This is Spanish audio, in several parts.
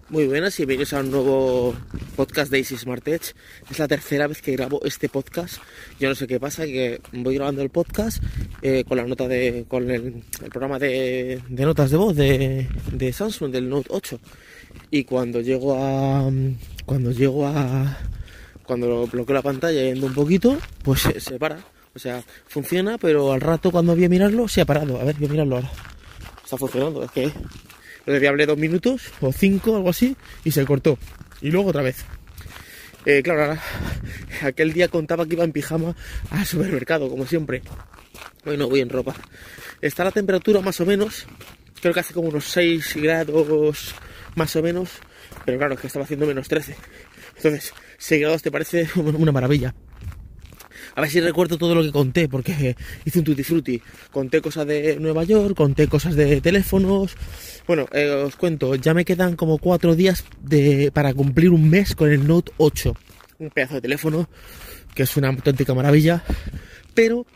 Muy buenas y bienvenidos a un nuevo podcast de Easy Smart Edge. Es la tercera vez que grabo este podcast. Yo no sé qué pasa, que voy grabando el podcast con la nota con el programa de notas de voz de Samsung, del Note 8. Y cuando lo bloqueo la pantalla yendo un poquito, pues se para. O sea, funciona, pero al rato cuando voy a mirarlo se ha parado. A ver, voy a mirarlo ahora. Está funcionando, es que lo debía hablar 2 minutos o 5, algo así, y se cortó. Y luego otra vez. Claro, ahora, aquel día contaba que iba en pijama al supermercado, como siempre. Hoy no voy en ropa. Está la temperatura más o menos, creo que hace como unos 6 grados más o menos, pero claro, es que estaba haciendo menos 13. Entonces, 6 grados te parece una maravilla. A ver si recuerdo todo lo que conté, porque hice un tutti frutti. Conté cosas de Nueva York, conté cosas de teléfonos. Bueno, os cuento, ya me quedan como 4 días para cumplir un mes con el Note 8. Un pedazo de teléfono, que es una auténtica maravilla. Pero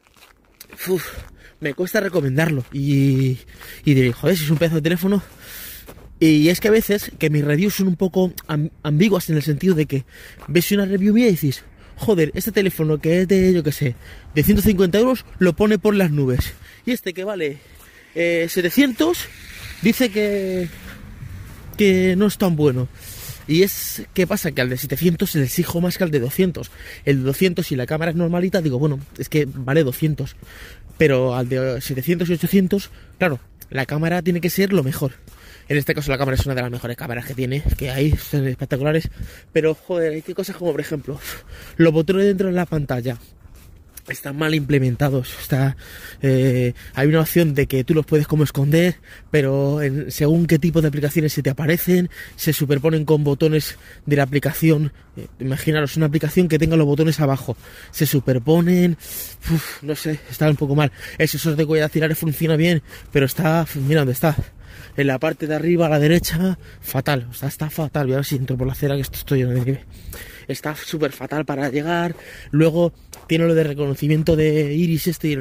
me cuesta recomendarlo. Y diré, joder, si es un pedazo de teléfono. Y es que a veces que mis reviews son un poco ambiguas, en el sentido de que ves una review mía y dices, joder, este teléfono que es de, yo que sé, de 150 euros, lo pone por las nubes. Y este que vale 700, dice que no es tan bueno. Y es que pasa que al de 700 le exijo más que al de 200. El de 200, si la cámara es normalita, digo, bueno, es que vale 200. Pero al de 700 y 800, claro, la cámara tiene que ser lo mejor. En este caso la cámara es una de las mejores cámaras que hay, son espectaculares. Pero, joder, hay que cosas como, por ejemplo, los botones dentro de la pantalla están mal implementados. Hay una opción de que tú los puedes como esconder, pero según qué tipo de aplicaciones se te aparecen, se superponen con botones de la aplicación. Imaginaros una aplicación que tenga los botones abajo, se superponen. No sé, está un poco mal. El sensor de huella dactilar funciona bien, pero mira dónde está. En la parte de arriba a la derecha, fatal, o sea, está fatal. Voy a ver si entro por la acera, que esto estoy lleno de nieve. Está súper fatal para llegar. Luego tiene lo de reconocimiento de iris y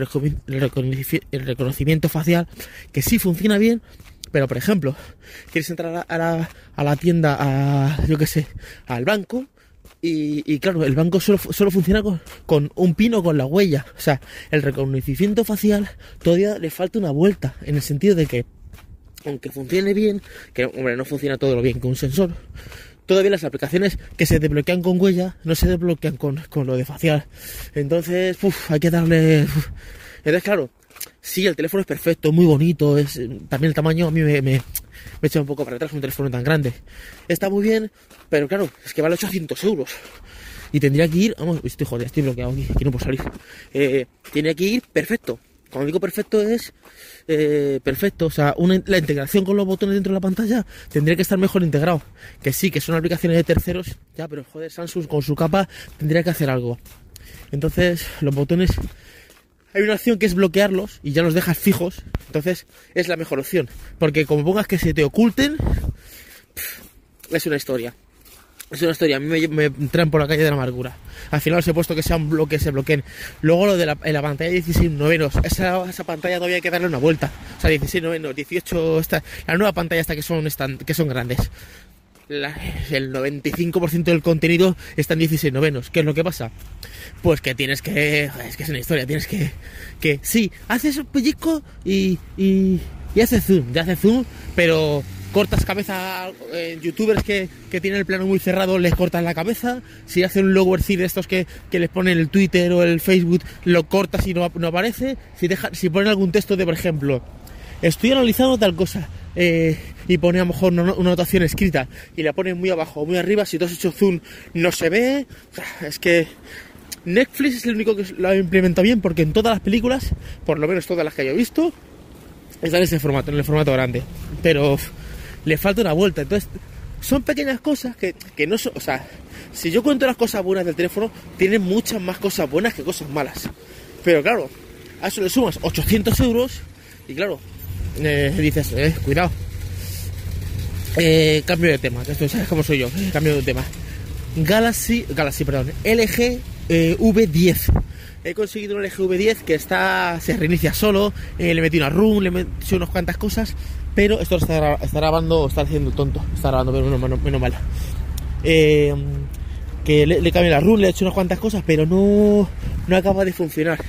el reconocimiento facial, que sí funciona bien. Pero, por ejemplo, quieres entrar a la tienda, yo qué sé, al banco. Y claro, el banco solo funciona con un pin o con la huella. O sea, el reconocimiento facial todavía le falta una vuelta, en el sentido de que, aunque funcione bien, que hombre, no funciona todo lo bien con un sensor, todavía las aplicaciones que se desbloquean con huella no se desbloquean con lo de facial. Entonces, hay que darle. Entonces, claro, sí, el teléfono es perfecto, muy bonito, también el tamaño a mí me echa un poco para atrás un teléfono tan grande. Está muy bien, pero claro, es que vale 800 euros. Y tendría que ir, estoy bloqueado aquí no puedo salir. Tiene que ir perfecto. Cuando digo perfecto es perfecto, o sea, la integración con los botones dentro de la pantalla tendría que estar mejor integrado. Que sí, que son aplicaciones de terceros, ya, pero joder, Samsung con su capa tendría que hacer algo. Entonces, los botones, hay una opción que es bloquearlos y ya los dejas fijos. Entonces, es la mejor opción, porque como pongas que se te oculten, es una historia. Es una historia, a mí me traen por la calle de la amargura. Al final os he puesto que se bloqueen. Luego lo de la pantalla 16 novenos, esa pantalla todavía hay que darle una vuelta. O sea, 16 novenos, 18, la nueva pantalla que son grandes. El 95% del contenido está en 16 novenos. ¿Qué es lo que pasa? Pues que tienes que... Es que es una historia, tienes que sí, haces un pellizco y hace zoom, pero... cortas cabeza, youtubers que tienen el plano muy cerrado, les cortas la cabeza. Si hacen un lower third de estos que les ponen el Twitter o el Facebook, lo cortas y no aparece. Si ponen algún texto de, por ejemplo, estoy analizando tal cosa, y pone a lo mejor una notación escrita y la ponen muy abajo o muy arriba, si tú has hecho zoom no se ve. Es que Netflix es el único que lo ha implementado bien, porque en todas las películas, por lo menos todas las que yo he visto, están en ese formato, en el formato grande, pero le falta una vuelta. Entonces, son pequeñas cosas que no son... O sea, si yo cuento las cosas buenas del teléfono, tiene muchas más cosas buenas que cosas malas. Pero claro, a eso le sumas 800 euros y claro, dices, cuidado. Cambio de tema, que esto sabes cómo soy yo, cambio de tema. LG V10. He conseguido un LG V10 que se reinicia solo, le metí una ROM, le metí unas cuantas cosas, pero esto lo está grabando, está haciendo tonto, está grabando, pero menos mal. Que le cambié la run, le he hecho unas cuantas cosas, pero no acaba de funcionar.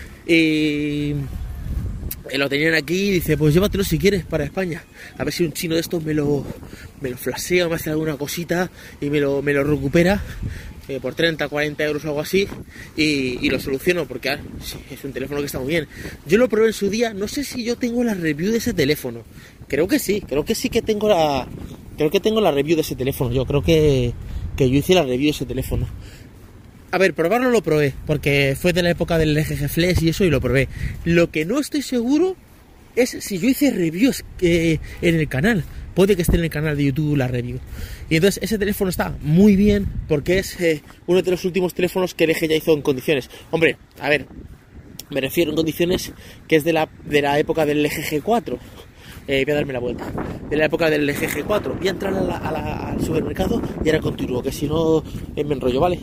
Lo tenían aquí y dice, pues llévatelo si quieres para España. A ver si un chino de estos me lo flashea o me hace alguna cosita y me lo recupera por 30, 40 euros o algo así y lo soluciono porque sí, es un teléfono que está muy bien. Yo lo probé en su día, no sé si yo tengo la review de ese teléfono. Creo que sí que tengo la review de ese teléfono. Yo creo que yo hice la review de ese teléfono. A ver, probarlo lo probé, porque fue de la época del LG Flex y eso, y lo probé. Lo que no estoy seguro es si yo hice reviews en el canal. Puede que esté en el canal de YouTube la review. Y entonces ese teléfono está muy bien, porque es uno de los últimos teléfonos que LG ya hizo en condiciones. Hombre, a ver, me refiero en condiciones que es de la época del LG G4. Voy a darme la vuelta. De la época del LG G4. Voy a entrar al supermercado y ahora continúo, que si no me enrollo, ¿vale?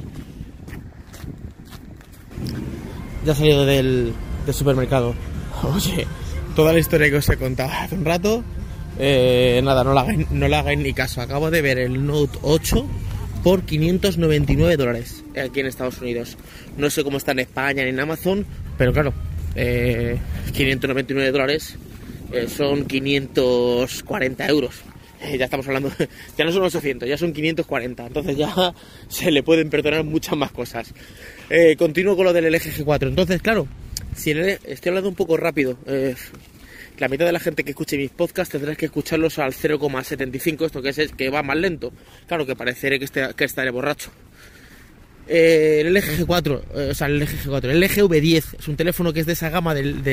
Ya he salido del supermercado. Oye, toda la historia que os he contado hace un rato, nada, no la hagáis ni caso. Acabo de ver el Note 8 por $599 aquí en Estados Unidos. No sé cómo está en España ni en Amazon, pero claro, $599 son 540 euros. Ya estamos hablando, ya no son 800, ya son 540, entonces ya se le pueden perdonar muchas más cosas. Continúo con lo del LG G4. Entonces, claro, si estoy hablando un poco rápido, la mitad de la gente que escuche mis podcasts tendrás que escucharlos al 0,75, esto que va más lento. Claro, que pareceré que estaré borracho. El LG G4, el LG G4, el LG V10 es un teléfono que es de esa gama del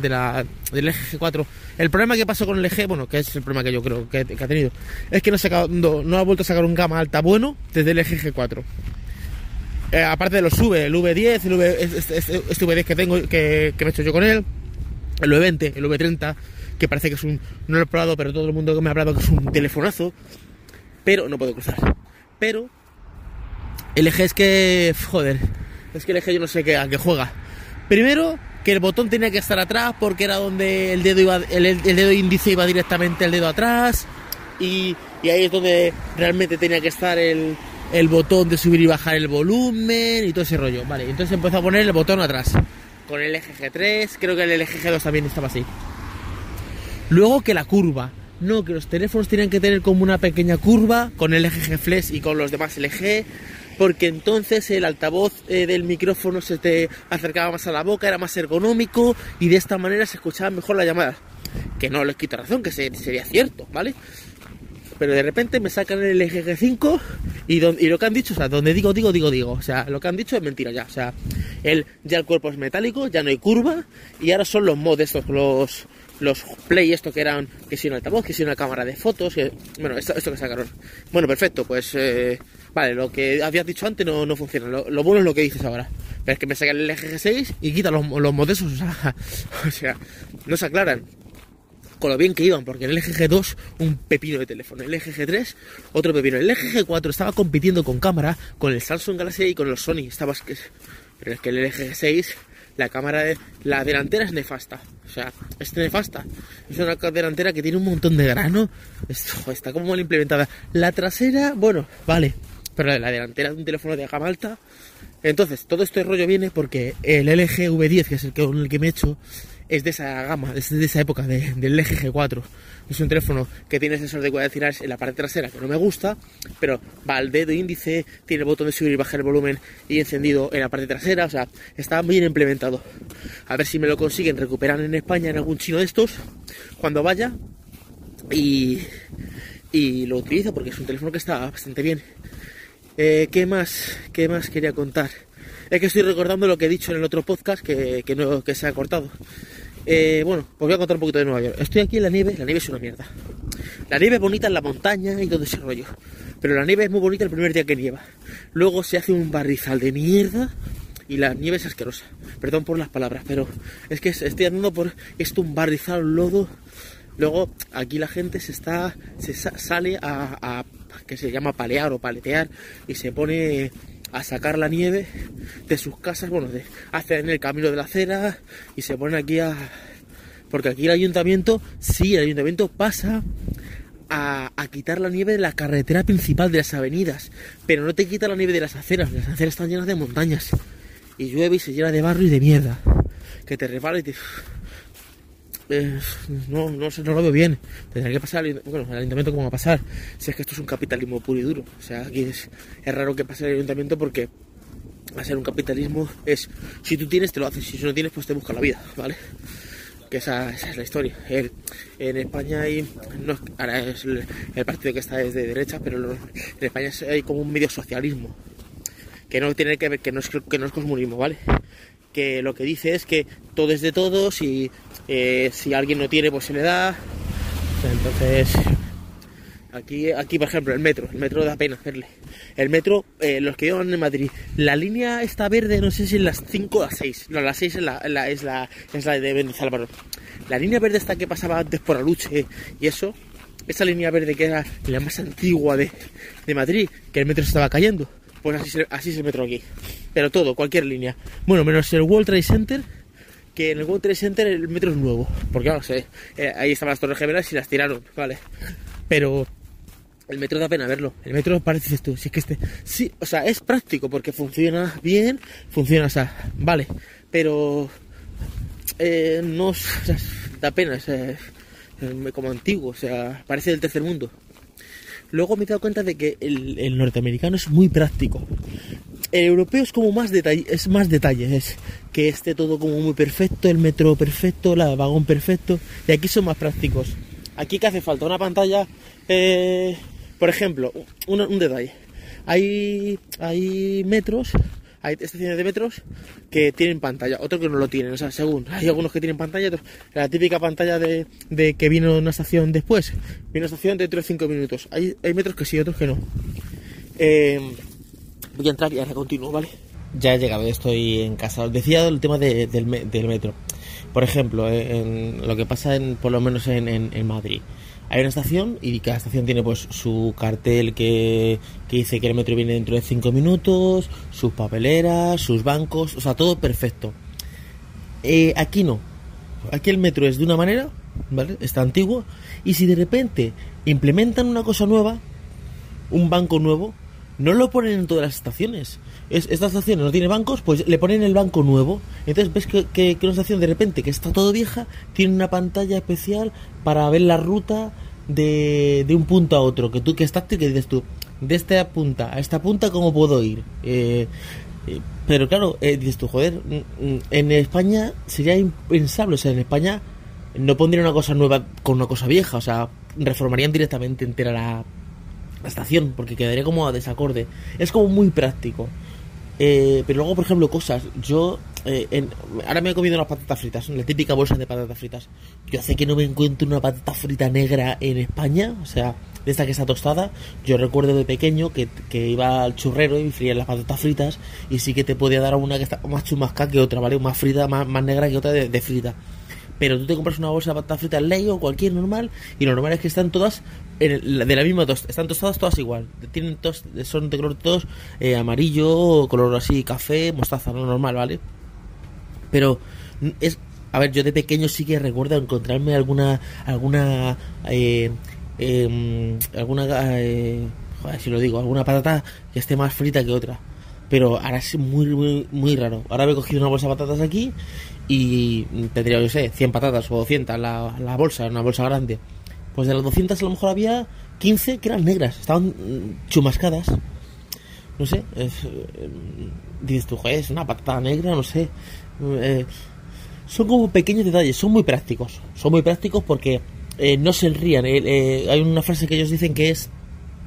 LG G4. El problema que pasó con el LG, bueno, que es el problema que yo creo que ha tenido, es que no ha vuelto a sacar un gama alta bueno desde el LG G4. Aparte de los el V10, este V10 que tengo, que me he hecho yo con él, el V20, el V30, que parece que es no lo he probado, pero todo el mundo que me ha hablado que es un telefonazo, pero no puedo cruzar. Pero el LG es que, joder, es que el LG yo no sé a qué juega. Primero, que el botón tenía que estar atrás porque era donde el dedo índice iba directamente al dedo atrás y ahí es donde realmente tenía que estar el botón de subir y bajar el volumen y todo ese rollo. Vale, entonces empezó a poner el botón atrás. Con el LG G3, creo que el LG G2 también estaba así. Luego que la curva. No, que los teléfonos tenían que tener como una pequeña curva con el LG G Flex y con los demás LG, porque entonces el altavoz del micrófono se te acercaba más a la boca, era más ergonómico y de esta manera se escuchaba mejor la llamada. Que no les quita razón, que sería cierto, ¿vale? Pero de repente me sacan el LG G5 y lo que han dicho, o sea, donde digo, o sea, lo que han dicho es mentira ya, o sea, ya el cuerpo es metálico, ya no hay curva y ahora son los mods estos, los play esto que eran, que si un altavoz, que si una cámara de fotos, bueno, esto que sacaron. Bueno, perfecto, pues vale, lo que habías dicho antes no funciona, lo bueno es lo que dices ahora. Pero es que me sacan el LG G6 y quitan los mods esos, o sea, no se aclaran. Con lo bien que iban, porque el LG G2 un pepino de teléfono, el LG G3 otro pepino, el LG G4 estaba compitiendo con cámara, con el Samsung Galaxy y con los Sony, pero es que el LG G6, la delantera es nefasta, o sea, es nefasta, es una delantera que tiene un montón de grano, está como mal implementada, la trasera, bueno, vale, pero la delantera de un teléfono de gama alta. Entonces, todo este rollo viene porque el LG V10, que es con el que me he hecho, es de esa gama, es de esa época del LG G4. Es un teléfono que tiene sensor de huella dactilar en la parte trasera, que no me gusta, pero va al dedo índice, tiene el botón de subir y bajar el volumen y encendido en la parte trasera, o sea, está bien implementado. A ver si me lo consiguen recuperar en España en algún chino de estos, cuando vaya, y lo utilizo porque es un teléfono que está bastante bien. ¿Qué más quería contar? Es que estoy recordando lo que he dicho en el otro podcast que se ha cortado. Bueno, pues voy a contar un poquito de Nueva York. Estoy aquí en la nieve es una mierda. La nieve es bonita en la montaña y todo ese rollo, pero la nieve es muy bonita el primer día que nieva. Luego se hace un barrizal de mierda y la nieve es asquerosa. Perdón por las palabras, pero es que estoy andando por esto, un barrizal, un lodo. Luego aquí la gente sale a que se llama palear o paletear y se pone a sacar la nieve de sus casas, bueno, hacen el camino de la acera y se ponen aquí Porque aquí el ayuntamiento pasa a quitar la nieve de la carretera principal, de las avenidas, pero no te quita la nieve de las aceras están llenas de montañas, y llueve y se llena de barro y de mierda, que te resbala y te... no sé, no lo veo bien. Tendría que pasar, el ayuntamiento, ¿cómo va a pasar? Si es que esto es un capitalismo puro y duro. O sea, aquí es raro que pase el ayuntamiento, porque va a ser un capitalismo, si tú tienes te lo haces, si no tienes pues te busca la vida, ¿vale? Que esa es la historia. En España hay, no, ahora es el partido que está es de derecha, pero en España hay como un medio socialismo, que no tiene que ver, que no es comunismo, ¿vale? Que lo que dice es que todo es de todos, y si alguien no tiene, pues se le da. O sea, entonces, aquí por ejemplo, el metro da pena hacerle. El metro, los que llevan en Madrid, la línea está verde, no sé si en las 5 o las 6. No, las 6 es la de Mendizálvaro. La línea verde esta que pasaba antes por Aluche y eso, esa línea verde que era la más antigua de Madrid, que el metro se estaba cayendo. Pues así es el metro aquí. Pero todo, cualquier línea. Bueno, menos el World Trade Center, que en el World Trade Center el metro es nuevo. Porque claro, ahí estaban las Torres Gemelas y las tiraron, ¿vale? Pero el metro da pena verlo. El metro parece, dices tú, si es que sí, o sea, es práctico porque funciona bien, funciona, o sea, vale. Pero no, o sea, da pena, es como antiguo, o sea, parece del tercer mundo. Luego me he dado cuenta de que el norteamericano es muy práctico. El europeo es como más detalle, es que esté todo como muy perfecto, el metro perfecto, el vagón perfecto, y aquí son más prácticos. Aquí que hace falta una pantalla, por ejemplo, un detalle. Hay metros, hay estaciones de metros que tienen pantalla, otros que no lo tienen, o sea, según, hay algunos que tienen pantalla, otros, la típica pantalla de que vino una estación después, vino una estación dentro de 5 minutos, hay metros que sí, otros que no. Voy a entrar y ahora continúo, ¿vale? Ya he llegado, estoy en casa. Os decía el tema del metro. Por ejemplo, en lo que pasa por lo menos en Madrid. Hay una estación y cada estación tiene pues su cartel que dice que el metro viene dentro de 5 minutos, sus papeleras, sus bancos, o sea, todo perfecto. Aquí no. Aquí el metro es de una manera, ¿vale? Está antiguo. Y si de repente implementan una cosa nueva, un banco nuevo, no lo ponen en todas las estaciones. Esta estación no tiene bancos, pues le ponen el banco nuevo. Entonces ves que una estación de repente que está todo vieja tiene una pantalla especial para ver la ruta de un punto a otro, que es táctil, que dices tú, de esta punta a esta punta, ¿cómo puedo ir? Pero claro, dices tú, joder, en España sería impensable. O sea, en España no pondrían una cosa nueva con una cosa vieja. O sea, reformarían directamente entera la estación, porque quedaría como a desacorde. Es como muy práctico. Pero luego, por ejemplo, cosas. Yo ahora me he comido unas patatas fritas, la típica bolsa de patatas fritas. Yo sé que no me encuentro una patata frita negra en España, o sea, de esta que está tostada. Yo recuerdo de pequeño que iba al churrero y fría las patatas fritas, y sí que te podía dar una que está más chumasca que otra, ¿vale? Más frita, más negra que otra de frita. Pero tú te compras una bolsa de patatas fritas Ley o cualquier normal, y lo normal es que están todas de la misma tosta, están tostadas todas igual, son de color todos amarillo, color así café, mostaza, no normal, ¿vale? Pero a ver, yo de pequeño sí que recuerdo encontrarme alguna joder, si lo digo, alguna patata que esté más frita que otra. Pero ahora es muy, muy, muy raro. Ahora me he cogido una bolsa de patatas aquí y tendría, yo sé, 100 patatas o 200 la bolsa, una bolsa grande. Pues de las 200 a lo mejor había 15 que eran negras, estaban chumascadas. No sé, dices tú, joder, es una patata negra, no sé. Son como pequeños detalles, son muy prácticos. Son muy prácticos porque no se rían. Hay una frase que ellos dicen que es...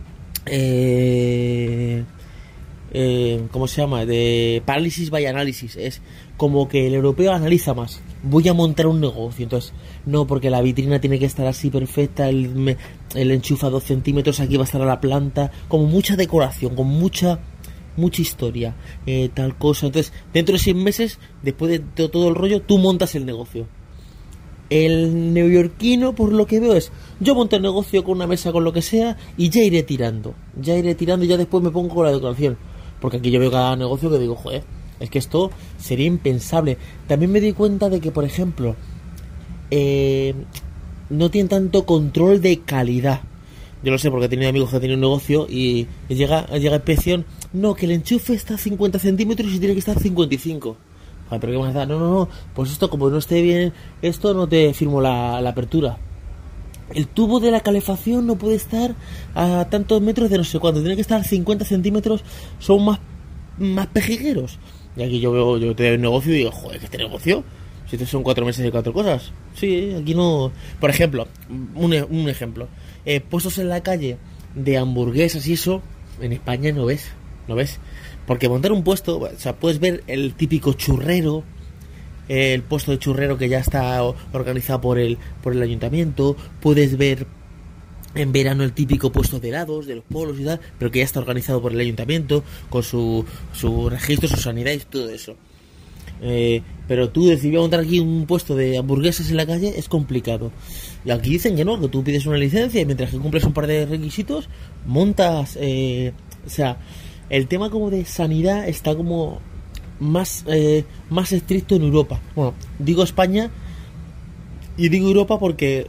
¿cómo se llama? De parálisis by análisis. Es como que el europeo analiza más. Voy a montar un negocio, entonces no, porque la vitrina tiene que estar así perfecta, el enchufe a 2 centímetros, aquí va a estar a la planta, como mucha decoración, con mucha historia, tal cosa. Entonces dentro de 6 meses, después de todo el rollo, tú montas el negocio. El neoyorquino, por lo que veo, es: yo monto el negocio con una mesa, con lo que sea, y ya iré tirando, y ya después me pongo con la decoración. Porque aquí yo veo cada negocio que digo, joder, es que esto sería impensable. También me di cuenta de que, por ejemplo, no tienen tanto control de calidad. Yo lo sé porque he tenido amigos que han tenido un negocio y llega inspección, no, que el enchufe está a 50 centímetros y tiene que estar a 55. Joder, pero ¿qué más da? No, pues esto como no esté bien, esto no te firmo la apertura. El tubo de la calefacción no puede estar a tantos metros de no sé cuánto, tiene que estar a 50 centímetros, son más pejigueros. Y aquí yo tengo un negocio y digo, joder, ¿qué este negocio? Si estos son 4 meses y 4 cosas. Sí, aquí no... Por ejemplo, un ejemplo. Puestos en la calle de hamburguesas y eso, en España no ves. Porque montar un puesto, o sea, puedes ver el típico churrero, el puesto de churrero que ya está organizado por el ayuntamiento. Puedes ver en verano el típico puesto de helados, de los polos y tal, pero que ya está organizado por el ayuntamiento, con su registro, su sanidad y todo eso. Pero tú decidir montar aquí un puesto de hamburguesas en la calle es complicado. Y aquí dicen que no, que tú pides una licencia y mientras que cumples un par de requisitos montas, o sea, el tema como de sanidad está como más estricto en Europa. Bueno, digo España y digo Europa porque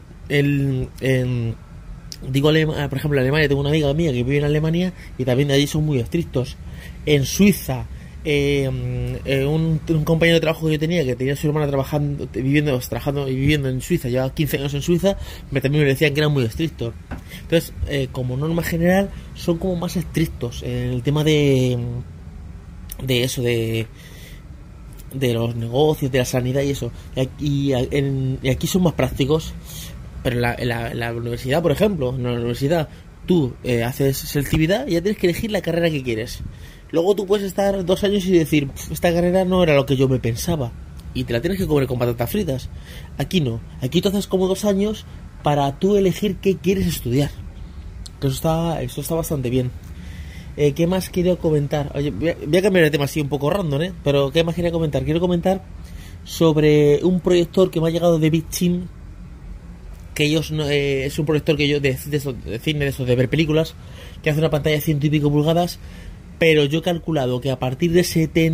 digo por ejemplo en Alemania tengo una amiga mía que vive en Alemania y también de allí son muy estrictos. En Suiza un compañero de trabajo que yo tenía, que tenía a su hermana trabajando y viviendo en Suiza, llevaba 15 años en Suiza, también me decían que eran muy estrictos. Entonces, como norma general, son como más estrictos en el tema de eso, de los negocios, de la sanidad y eso. Y aquí son más prácticos. Pero en la universidad, por ejemplo, en la universidad tú haces selectividad y ya tienes que elegir la carrera que quieres. Luego tú puedes estar 2 años y decir, esta carrera no era lo que yo me pensaba, y te la tienes que comer con patatas fritas. Aquí no, aquí tú haces como 2 años para tú elegir qué quieres estudiar. Eso está bastante bien. ¿Qué más quiero comentar? Oye, voy a cambiar de tema así un poco random, pero ¿qué más quería comentar? Quiero comentar sobre un proyector que me ha llegado de BitChim, que ellos es un proyector que yo de cine, de esos de ver películas, que hace una pantalla de 100 y pico pulgadas, pero yo he calculado que a partir de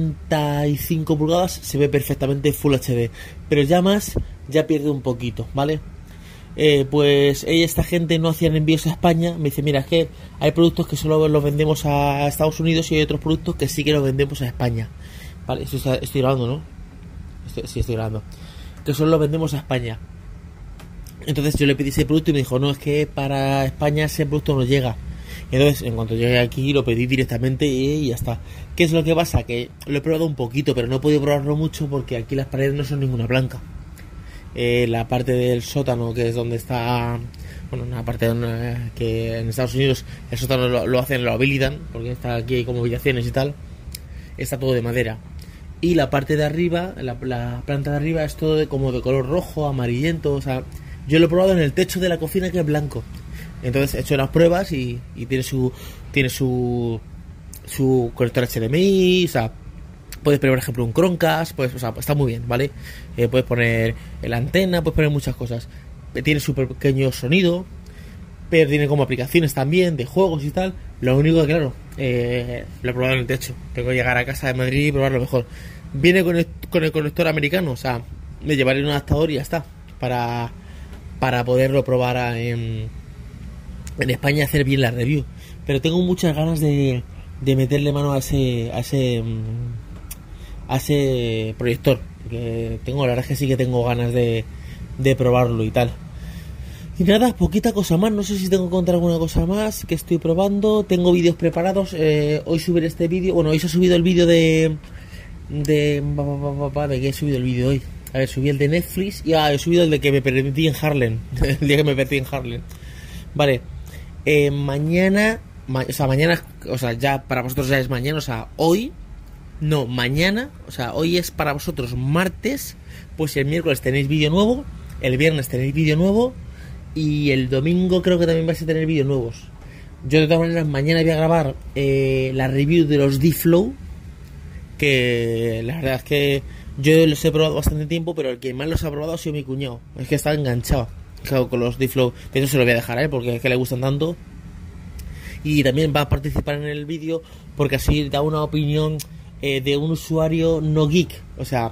75 pulgadas se ve perfectamente Full HD, pero ya más, ya pierde un poquito, ¿vale? Pues esta gente no hacían envíos a España. Me dice, mira, es que hay productos que solo los vendemos a Estados Unidos y hay otros productos que sí que los vendemos a España, ¿vale? Estoy grabando, ¿no? Sí, estoy grabando. Que solo los vendemos a España. Entonces yo le pedí ese producto y me dijo, no, es que para España ese producto no llega. Entonces, en cuanto llegué aquí, lo pedí directamente y ya está. ¿Qué es lo que pasa? Que lo he probado un poquito, pero no he podido probarlo mucho porque aquí las paredes no son ninguna blanca. La parte del sótano, que es donde está... Bueno, una parte que en Estados Unidos el sótano lo habilitan, porque está aquí hay como habitaciones y tal. Está todo de madera. Y la parte de arriba, la planta de arriba, es todo como de color rojo, amarillento. O sea, yo lo he probado en el techo de la cocina, que es blanco. Entonces he hecho las pruebas y tiene su conector HDMI, o sea, puedes poner por ejemplo un Chromecast, o sea, está muy bien, ¿vale? Puedes poner la antena, puedes poner muchas cosas. Tiene súper pequeño sonido, pero tiene como aplicaciones también de juegos y tal. Lo único que, claro, lo he probado en el techo. Tengo que llegar a casa de Madrid y probarlo mejor. Viene con el conector americano, o sea, me llevaré un adaptador y ya está, para poderlo probar en España, hacer bien la review. Pero tengo muchas ganas de meterle mano a ese proyector, porque la verdad es que sí que tengo ganas de probarlo y tal. Y nada, poquita cosa más. No sé si tengo que contar alguna cosa más que estoy probando. Tengo vídeos preparados. Hoy subiré este vídeo. Bueno, hoy se ha subido el vídeo ¿de qué he subido el vídeo hoy? A ver, subí el de Netflix y he subido el de que me perdí en Harlem. El día que me perdí en Harlem. Vale. Mañana, o sea, ya para vosotros ya es mañana, o sea, hoy, no, mañana, o sea, hoy es para vosotros martes, pues el miércoles tenéis vídeo nuevo, el viernes tenéis vídeo nuevo y el domingo creo que también vais a tener vídeos nuevos. Yo de todas maneras mañana voy a grabar la review de los D-Flow, que la verdad es que yo los he probado bastante tiempo, pero el que más los ha probado ha sido mi cuñado, es que está enganchado con los D-Flow. De hecho se lo voy a dejar a él porque es que le gustan tanto. Y también va a participar en el vídeo porque así da una opinión de un usuario no geek. O sea,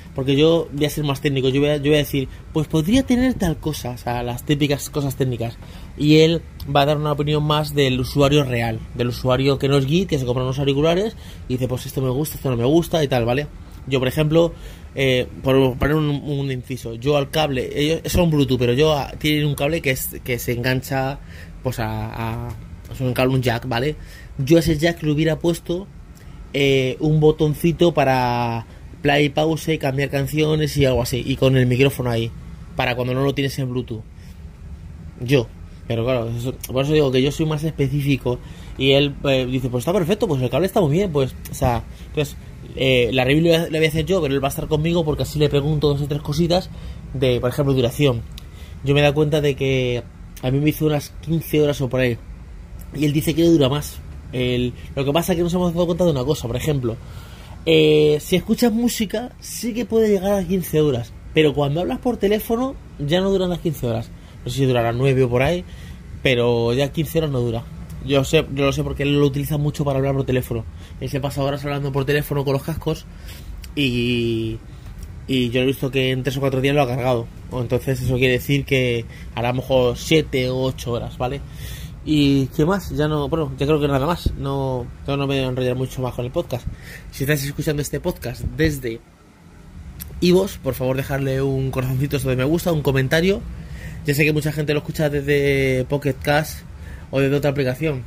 porque yo voy a ser más técnico, yo voy a decir, pues podría tener tal cosa, o sea, las típicas cosas técnicas, y él va a dar una opinión más del usuario real, del usuario que no es geek, que se compra unos auriculares y dice, pues esto me gusta, esto no me gusta y tal, ¿vale? Yo, por ejemplo, por poner un inciso, yo al cable, ellos son Bluetooth, pero tienen un cable que se engancha pues es un cable, un jack, ¿vale? Yo a ese jack le hubiera puesto un botoncito para play, pause, cambiar canciones y algo así, y con el micrófono ahí, para cuando no lo tienes en Bluetooth. Pero claro, por eso digo que yo soy más específico. Y él dice, pues está perfecto, pues el cable está muy bien, pues, o sea, entonces la review le voy a hacer yo, pero él va a estar conmigo porque así le pregunto 2 o 3 cositas de, por ejemplo, duración. Yo me he dado cuenta de que a mí me hizo unas 15 horas o por ahí, y él dice que le dura más. Lo que pasa es que nos hemos dado cuenta de una cosa, por ejemplo, si escuchas música sí que puede llegar a 15 horas, pero cuando hablas por teléfono ya no duran las 15 horas. No sé si durará 9 o por ahí, pero ya 15 horas no dura. Yo lo sé porque él lo utiliza mucho para hablar por teléfono. Él se pasa horas hablando por teléfono con los cascos y yo he visto que en 3 o 4 días lo ha cargado. Entonces eso quiere decir que hará a lo mejor 7 o 8 horas, ¿vale? Y ¿qué más? Ya creo que nada más. No me voy a enrollar mucho más con el podcast. Si estáis escuchando este podcast desde iVoox, por favor dejarle un corazoncito de me gusta, un comentario. Ya sé que mucha gente lo escucha desde Pocket Cast o desde otra aplicación.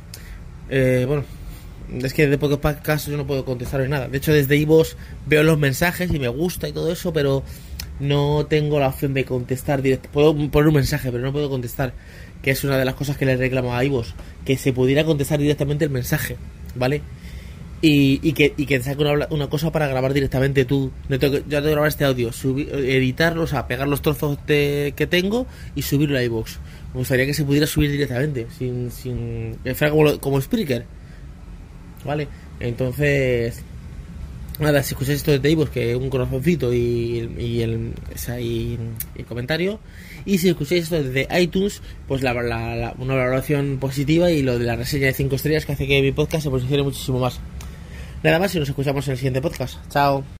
Es que desde Pocket Cast yo no puedo contestar nada. De hecho, desde iVoox veo los mensajes y me gusta y todo eso, pero no tengo la opción de contestar directo. Puedo poner un mensaje, pero no puedo contestar, que es una de las cosas que le reclamo a iVoox, que se pudiera contestar directamente el mensaje, ¿vale? Y que te saque una cosa para grabar directamente tú. Yo tengo que grabar este audio, editarlo, o sea, pegar los trozos que tengo y subirlo a iVoox. Me gustaría que se pudiera subir directamente, sin que fuera como Spreaker, ¿vale? Entonces, nada, si escucháis esto de iVoox, que un corazoncito y el comentario. Y si escucháis esto desde iTunes, pues una valoración positiva y lo de la reseña de 5 estrellas, que hace que mi podcast se posicione muchísimo más. Nada más y nos escuchamos en el siguiente podcast. Chao.